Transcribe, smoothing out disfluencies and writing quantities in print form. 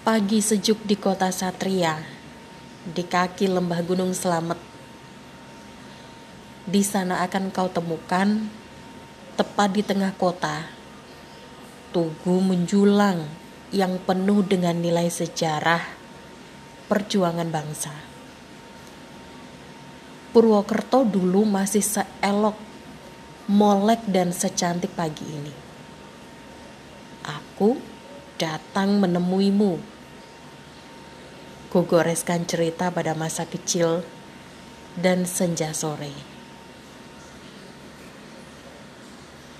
Pagi sejuk di kota Satria, di kaki lembah Gunung Slamet. Di sana akan kau temukan, tepat di tengah kota, tugu menjulang yang penuh dengan nilai sejarah perjuangan bangsa. Purwokerto dulu masih seelok, molek dan secantik pagi ini. Aku datang menemuimu, kugoreskan cerita pada masa kecil dan senja sore.